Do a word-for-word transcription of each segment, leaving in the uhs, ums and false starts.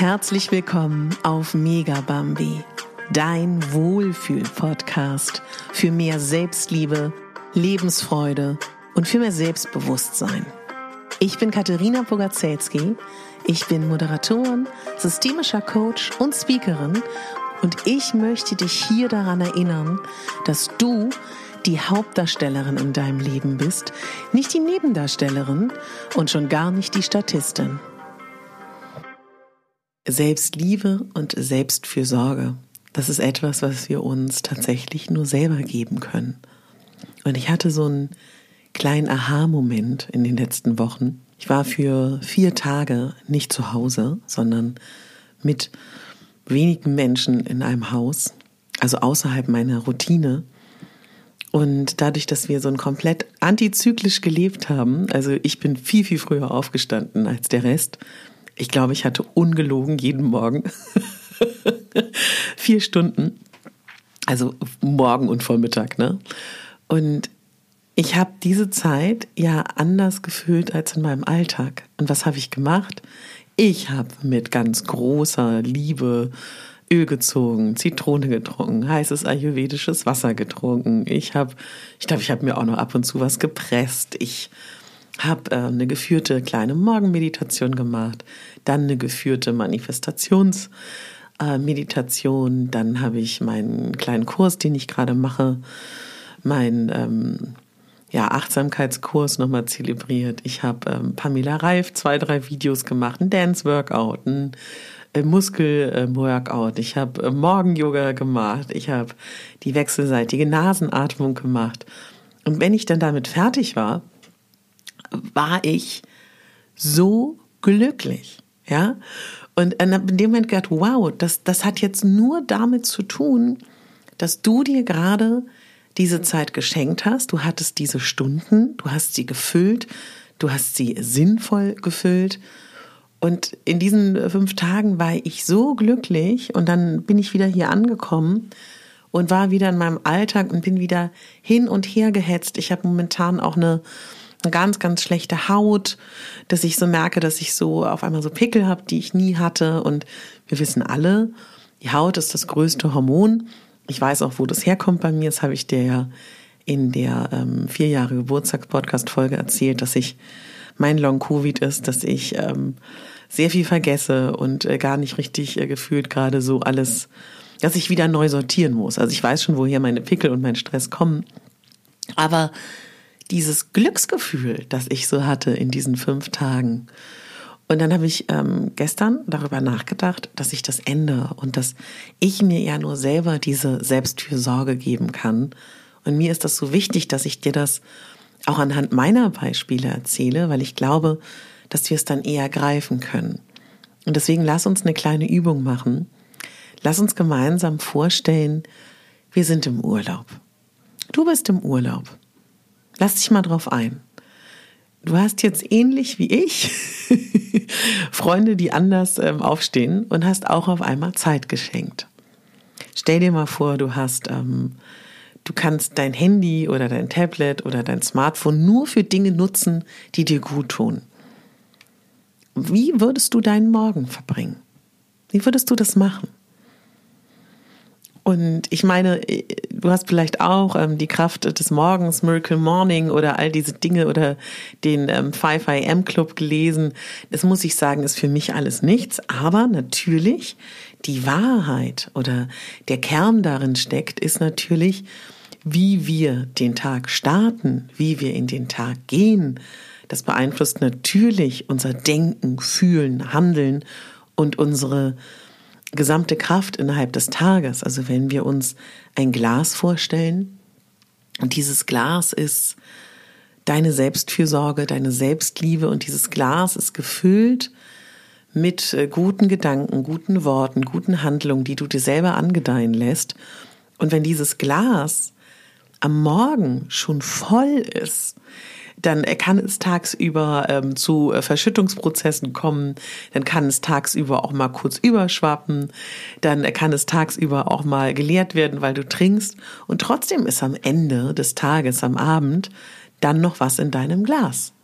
Herzlich willkommen auf Megabambi, dein Wohlfühl-Podcast für mehr Selbstliebe, Lebensfreude und für mehr Selbstbewusstsein. Ich bin Katharina Bogaczewski, ich bin Moderatorin, systemischer Coach und Speakerin und ich möchte dich hier daran erinnern, dass du die Hauptdarstellerin in deinem Leben bist, nicht die Nebendarstellerin und schon gar nicht die Statistin. Selbstliebe und Selbstfürsorge, das ist etwas, was wir uns tatsächlich nur selber geben können. Und ich hatte so einen kleinen Aha-Moment in den letzten Wochen. Ich war für vier Tage nicht zu Hause, sondern mit wenigen Menschen in einem Haus, also außerhalb meiner Routine. Und dadurch, dass wir so ein komplett antizyklisch gelebt haben, also ich bin viel, viel früher aufgestanden als der Rest. Ich glaube, ich hatte ungelogen jeden Morgen vier Stunden, also Morgen und Vormittag, ne? Und ich habe diese Zeit ja anders gefühlt als in meinem Alltag. Und was habe ich gemacht? Ich habe mit ganz großer Liebe Öl gezogen, Zitrone getrunken, heißes ayurvedisches Wasser getrunken. Ich habe, ich glaube, ich habe mir auch noch ab und zu was gepresst. Ich habe äh, eine geführte kleine Morgenmeditation gemacht, dann eine geführte Manifestationsmeditation, äh, dann habe ich meinen kleinen Kurs, den ich gerade mache, meinen ähm, ja, Achtsamkeitskurs nochmal zelebriert. Ich habe ähm, Pamela Reif zwei, drei Videos gemacht, ein Dance-Workout, ein äh, Muskel-Workout, ich habe äh, Morgen-Yoga gemacht, ich habe die wechselseitige Nasenatmung gemacht. Und wenn ich dann damit fertig war, war ich so glücklich, ja. Und in dem Moment gedacht, wow, das, das hat jetzt nur damit zu tun, dass du dir gerade diese Zeit geschenkt hast. Du hattest diese Stunden, du hast sie gefüllt, du hast sie sinnvoll gefüllt. Und in diesen fünf Tagen war ich so glücklich und dann bin ich wieder hier angekommen und war wieder in meinem Alltag und bin wieder hin und her gehetzt. Ich habe momentan auch eine eine ganz, ganz schlechte Haut, dass ich so merke, dass ich so auf einmal so Pickel habe, die ich nie hatte. Und wir wissen alle, die Haut ist das größte Hormon. Ich weiß auch, wo das herkommt bei mir. Das habe ich dir ja in der ähm, vier Jahre Geburtstags-Podcast-Folge erzählt, dass ich mein Long-Covid ist, dass ich ähm, sehr viel vergesse und äh, gar nicht richtig äh, gefühlt gerade so alles, dass ich wieder neu sortieren muss. Also ich weiß schon, woher meine Pickel und mein Stress kommen. Aber dieses Glücksgefühl, das ich so hatte in diesen fünf Tagen. Und dann habe ich ähm, gestern darüber nachgedacht, dass ich das ändere und dass ich mir ja nur selber diese Selbstfürsorge geben kann. Und mir ist das so wichtig, dass ich dir das auch anhand meiner Beispiele erzähle, weil ich glaube, dass wir es dann eher greifen können. Und deswegen lass uns eine kleine Übung machen. Lass uns gemeinsam vorstellen, wir sind im Urlaub. Du bist im Urlaub. Lass dich mal drauf ein. Du hast jetzt ähnlich wie ich Freunde, die anders ähm, aufstehen und hast auch auf einmal Zeit geschenkt. Stell dir mal vor, du hast, ähm, du kannst dein Handy oder dein Tablet oder dein Smartphone nur für Dinge nutzen, die dir gut tun. Wie würdest du deinen Morgen verbringen? Wie würdest du das machen? Und ich meine, du hast vielleicht auch ähm, die Kraft des Morgens, Miracle Morning oder all diese Dinge oder den ähm, fünf A M Club gelesen. Das muss ich sagen, ist für mich alles nichts. Aber natürlich die Wahrheit oder der Kern darin steckt, ist natürlich, wie wir den Tag starten, wie wir in den Tag gehen. Das beeinflusst natürlich unser Denken, Fühlen, Handeln und unsere gesamte Kraft innerhalb des Tages. Also wenn wir uns ein Glas vorstellen und dieses Glas ist deine Selbstfürsorge, deine Selbstliebe und dieses Glas ist gefüllt mit guten Gedanken, guten Worten, guten Handlungen, die du dir selber angedeihen lässt. Und wenn dieses Glas am Morgen schon voll ist, dann kann es tagsüber ähm, zu äh, Verschüttungsprozessen kommen, dann kann es tagsüber auch mal kurz überschwappen, dann kann es tagsüber auch mal geleert werden, weil du trinkst und trotzdem ist am Ende des Tages, am Abend, dann noch was in deinem Glas.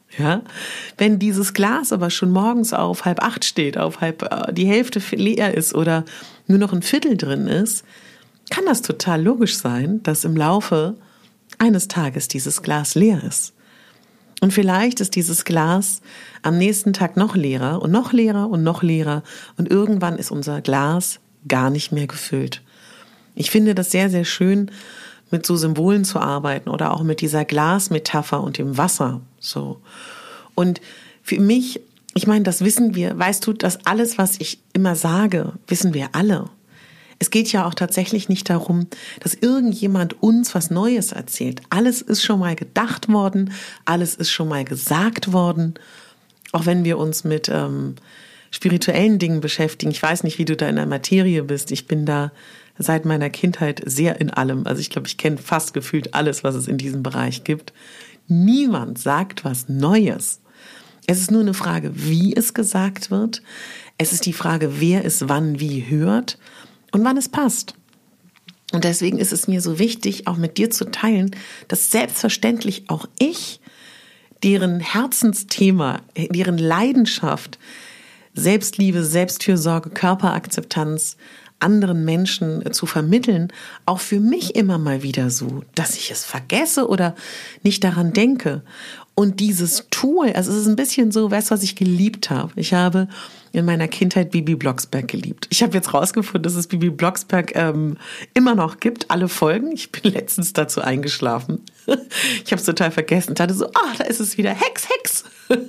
Ja, wenn dieses Glas aber schon morgens auf halb acht steht, auf halb die Hälfte leer ist oder nur noch ein Viertel drin ist, kann das total logisch sein, dass im Laufe eines Tages dieses Glas leer ist. Und vielleicht ist dieses Glas am nächsten Tag noch leerer und noch leerer und noch leerer und irgendwann ist unser Glas gar nicht mehr gefüllt. Ich finde das sehr, sehr schön, mit so Symbolen zu arbeiten oder auch mit dieser Glasmetapher und dem Wasser, so. Und für mich, ich meine, das wissen wir, weißt du, dass alles, was ich immer sage, wissen wir alle. Es geht ja auch tatsächlich nicht darum, dass irgendjemand uns was Neues erzählt. Alles ist schon mal gedacht worden, alles ist schon mal gesagt worden, auch wenn wir uns mit ähm, spirituellen Dingen beschäftigen. Ich weiß nicht, wie du da in der Materie bist. Ich bin da seit meiner Kindheit sehr in allem. Also ich glaube, ich kenne fast gefühlt alles, was es in diesem Bereich gibt. Niemand sagt was Neues. Es ist nur eine Frage, wie es gesagt wird. Es ist die Frage, wer es wann wie hört und wann es passt. Und deswegen ist es mir so wichtig, auch mit dir zu teilen, dass selbstverständlich auch ich, deren Herzensthema, deren Leidenschaft, Selbstliebe, Selbstfürsorge, Körperakzeptanz, anderen Menschen zu vermitteln, auch für mich immer mal wieder so, dass ich es vergesse oder nicht daran denke. Und dieses Tool, also es ist ein bisschen so, weißt du, was ich geliebt habe? Ich habe in meiner Kindheit Bibi Blocksberg geliebt. Ich habe jetzt rausgefunden, dass es Bibi Blocksberg ähm, immer noch gibt, alle Folgen. Ich bin letztens dazu eingeschlafen. Ich habe es total vergessen. Ich dachte so, ah, da ist es wieder, Hex, Hex.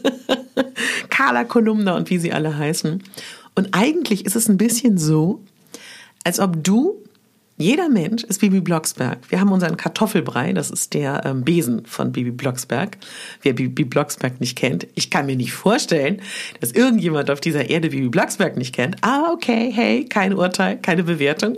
Carla Kolumna und wie sie alle heißen. Und eigentlich ist es ein bisschen so, als ob du, jeder Mensch ist Bibi Blocksberg. Wir haben unseren Kartoffelbrei, das ist der ähm, Besen von Bibi Blocksberg. Wer Bibi Blocksberg nicht kennt, ich kann mir nicht vorstellen, dass irgendjemand auf dieser Erde Bibi Blocksberg nicht kennt. Ah, okay, hey, kein Urteil, keine Bewertung.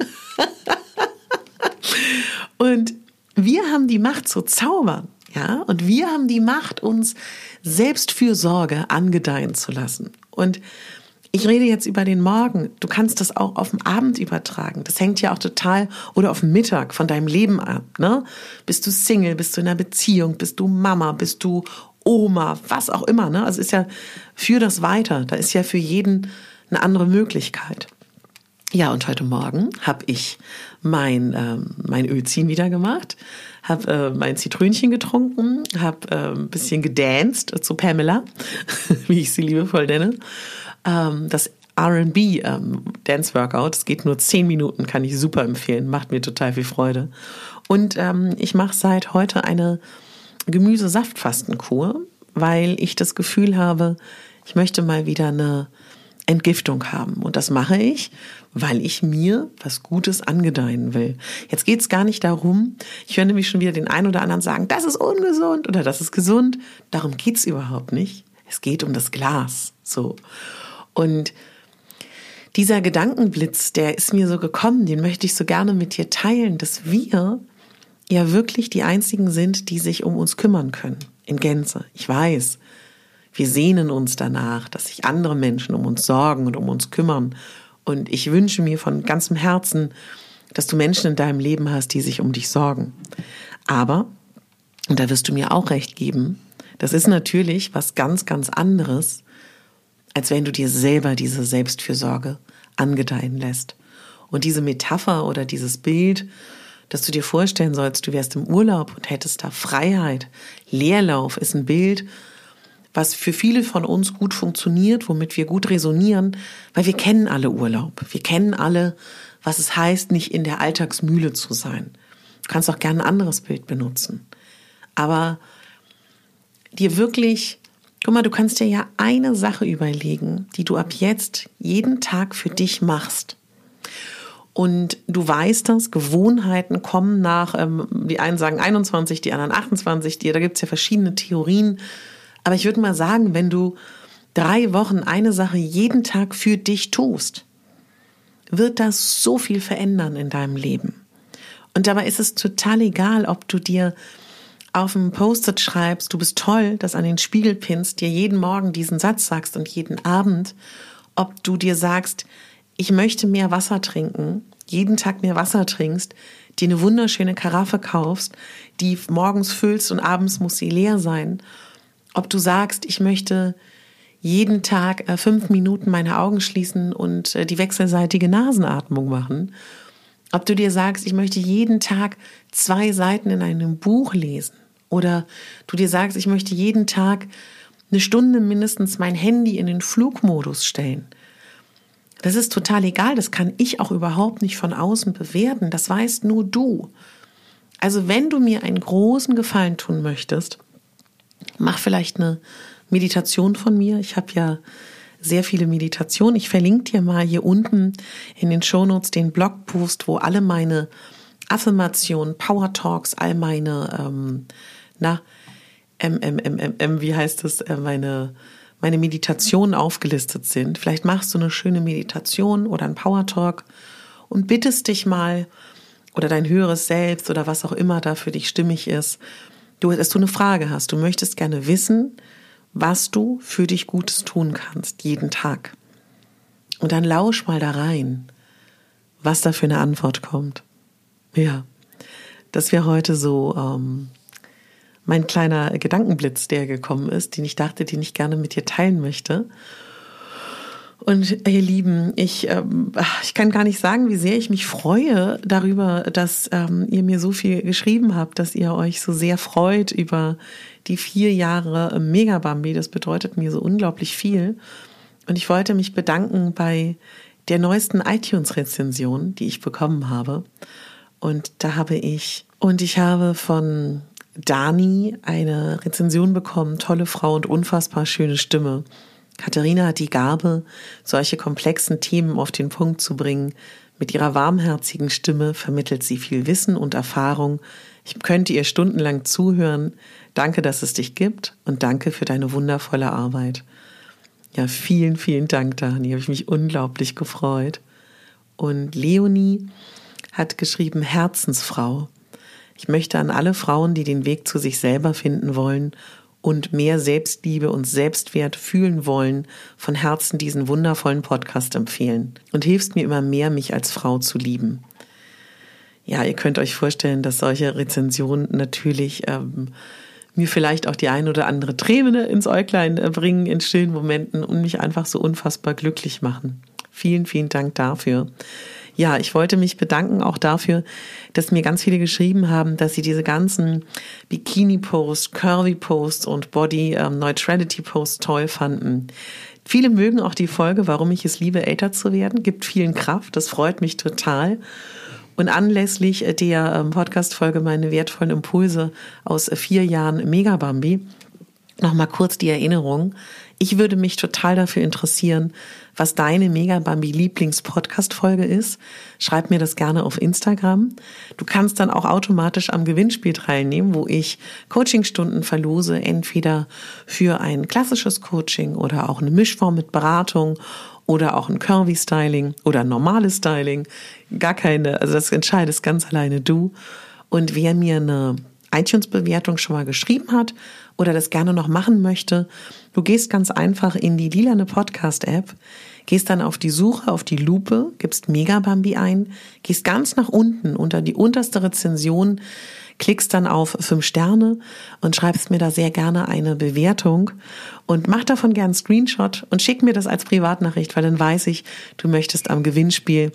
Und wir haben die Macht zu zaubern, ja, und wir haben die Macht, uns Selbstfürsorge angedeihen zu lassen. Und ich rede jetzt über den Morgen. Du kannst das auch auf den Abend übertragen. Das hängt ja auch total, oder auf den Mittag von deinem Leben ab, ne? Bist du Single, bist du in einer Beziehung, bist du Mama, bist du Oma, was auch immer, ne? Also ist ja für das weiter. Da ist ja für jeden eine andere Möglichkeit. Ja, und heute Morgen habe ich mein, ähm, mein Ölziehen wieder gemacht, habe äh, mein Zitrönchen getrunken, habe äh, ein bisschen gedanced zu Pamela, wie ich sie liebevoll nenne. Das R and B ähm, Dance Workout, es geht nur zehn Minuten, kann ich super empfehlen, macht mir total viel Freude. Und ähm, ich mache seit heute eine Gemüsesaftfastenkur, weil ich das Gefühl habe, ich möchte mal wieder eine Entgiftung haben. Und das mache ich, weil ich mir was Gutes angedeihen will. Jetzt geht es gar nicht darum, ich höre nämlich schon wieder den einen oder anderen sagen, das ist ungesund oder das ist gesund. Darum geht es überhaupt nicht. Es geht um das Glas. So. Und dieser Gedankenblitz, der ist mir so gekommen, den möchte ich so gerne mit dir teilen, dass wir ja wirklich die Einzigen sind, die sich um uns kümmern können, in Gänze. Ich weiß, wir sehnen uns danach, dass sich andere Menschen um uns sorgen und um uns kümmern. Und ich wünsche mir von ganzem Herzen, dass du Menschen in deinem Leben hast, die sich um dich sorgen. Aber, und da wirst du mir auch recht geben, das ist natürlich was ganz, ganz anderes, als wenn du dir selber diese Selbstfürsorge angedeihen lässt. Und diese Metapher oder dieses Bild, dass du dir vorstellen sollst, du wärst im Urlaub und hättest da Freiheit. Leerlauf ist ein Bild, was für viele von uns gut funktioniert, womit wir gut resonieren, weil wir kennen alle Urlaub. Wir kennen alle, was es heißt, nicht in der Alltagsmühle zu sein. Du kannst auch gerne ein anderes Bild benutzen. Aber dir wirklich, guck mal, du kannst dir ja eine Sache überlegen, die du ab jetzt jeden Tag für dich machst. Und du weißt das, Gewohnheiten kommen nach, ähm, die einen sagen einundzwanzig, die anderen achtundzwanzig, die, da gibt es ja verschiedene Theorien. Aber ich würde mal sagen, wenn du drei Wochen eine Sache jeden Tag für dich tust, wird das so viel verändern in deinem Leben. Und dabei ist es total egal, ob du dir auf dem Post-it schreibst, du bist toll, das an den Spiegel pinnst, dir jeden Morgen diesen Satz sagst und jeden Abend, ob du dir sagst, ich möchte mehr Wasser trinken, jeden Tag mehr Wasser trinkst, dir eine wunderschöne Karaffe kaufst, die morgens füllst und abends muss sie leer sein ob du sagst, ich möchte jeden Tag äh, fünf Minuten meine Augen schließen und äh, die wechselseitige Nasenatmung machen. Ob du dir sagst, ich möchte jeden Tag zwei Seiten in einem Buch lesen. Oder du dir sagst, ich möchte jeden Tag eine Stunde mindestens mein Handy in den Flugmodus stellen. Das ist total egal, das kann ich auch überhaupt nicht von außen bewerten. Das weißt nur du. Also wenn du mir einen großen Gefallen tun möchtest, mach vielleicht eine Meditation von mir. Ich habe ja sehr viele Meditationen. Ich verlinke dir mal hier unten in den Shownotes den Blogpost, wo alle meine Affirmationen, Power Talks, all meine, ähm, na, M, M, M, M, M, wie heißt das, äh, meine, meine Meditationen aufgelistet sind. Vielleicht machst du eine schöne Meditation oder einen Power Talk und bittest dich mal oder dein höheres Selbst oder was auch immer da für dich stimmig ist, du, dass du eine Frage hast. Du möchtest gerne wissen, was du für dich Gutes tun kannst, jeden Tag. Und dann lausch mal da rein, was da für eine Antwort kommt. Ja, das wäre heute so ähm, mein kleiner Gedankenblitz, der gekommen ist, den ich dachte, den ich gerne mit dir teilen möchte. Und ihr Lieben, ich, ähm, ich kann gar nicht sagen, wie sehr ich mich freue darüber, dass ähm, ihr mir so viel geschrieben habt, dass ihr euch so sehr freut über die vier Jahre Megabambi. Das bedeutet mir so unglaublich viel. Und ich wollte mich bedanken bei der neuesten iTunes-Rezension, die ich bekommen habe. Und da habe ich, und ich habe von Dani eine Rezension bekommen, tolle Frau und unfassbar schöne Stimme. Katharina hat die Gabe, solche komplexen Themen auf den Punkt zu bringen. Mit ihrer warmherzigen Stimme vermittelt sie viel Wissen und Erfahrung. Ich könnte ihr stundenlang zuhören. Danke, dass es dich gibt und danke für deine wundervolle Arbeit. Ja, vielen, vielen Dank, Dani. Habe ich mich unglaublich gefreut. Und Leonie hat geschrieben, Herzensfrau. Ich möchte an alle Frauen, die den Weg zu sich selber finden wollen und mehr Selbstliebe und Selbstwert fühlen wollen, von Herzen diesen wundervollen Podcast empfehlen und hilfst mir immer mehr, mich als Frau zu lieben. Ja, ihr könnt euch vorstellen, dass solche Rezensionen natürlich ähm, mir vielleicht auch die ein oder andere Träne ins Äuglein bringen in stillen Momenten und mich einfach so unfassbar glücklich machen. Vielen, vielen Dank dafür. Ja, ich wollte mich bedanken auch dafür, dass mir ganz viele geschrieben haben, dass sie diese ganzen Bikini-Posts, Curvy-Posts und Body-Neutrality-Posts toll fanden. Viele mögen auch die Folge, warum ich es liebe, älter zu werden, gibt vielen Kraft, das freut mich total. Und anlässlich der Podcast-Folge meine wertvollen Impulse aus vier Jahren Megabambi, nochmal kurz die Erinnerung. Ich würde mich total dafür interessieren, was deine Megabambi-Lieblings-Podcast-Folge ist. Schreib mir das gerne auf Instagram. Du kannst dann auch automatisch am Gewinnspiel teilnehmen, wo ich Coachingstunden verlose, entweder für ein klassisches Coaching oder auch eine Mischform mit Beratung oder auch ein Curvy-Styling oder ein normales Styling. Gar keine, also das entscheidest ganz alleine du. Und wer mir eine iTunes-Bewertung schon mal geschrieben hat oder das gerne noch machen möchte, du gehst ganz einfach in die lilane Podcast-App, gehst dann auf die Suche, auf die Lupe, gibst Megabambi ein, gehst ganz nach unten unter die unterste Rezension, klickst dann auf fünf Sterne und schreibst mir da sehr gerne eine Bewertung und mach davon gern einen Screenshot und schick mir das als Privatnachricht, weil dann weiß ich, du möchtest am Gewinnspiel,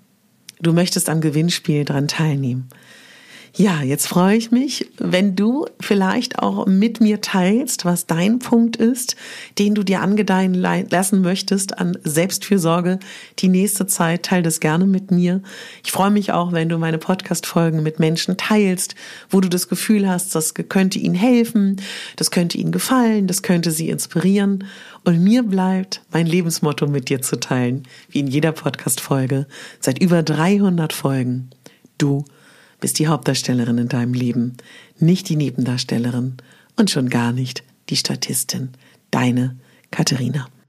du möchtest am Gewinnspiel dran teilnehmen. Ja, jetzt freue ich mich, wenn du vielleicht auch mit mir teilst, was dein Punkt ist, den du dir angedeihen lassen möchtest an Selbstfürsorge. Die nächste Zeit, teil das gerne mit mir. Ich freue mich auch, wenn du meine Podcast-Folgen mit Menschen teilst, wo du das Gefühl hast, das könnte ihnen helfen, das könnte ihnen gefallen, das könnte sie inspirieren. Und mir bleibt mein Lebensmotto mit dir zu teilen, wie in jeder Podcast-Folge, seit über dreihundert Folgen. Du bist die Hauptdarstellerin in deinem Leben, nicht die Nebendarstellerin und schon gar nicht die Statistin. Deine Katharina.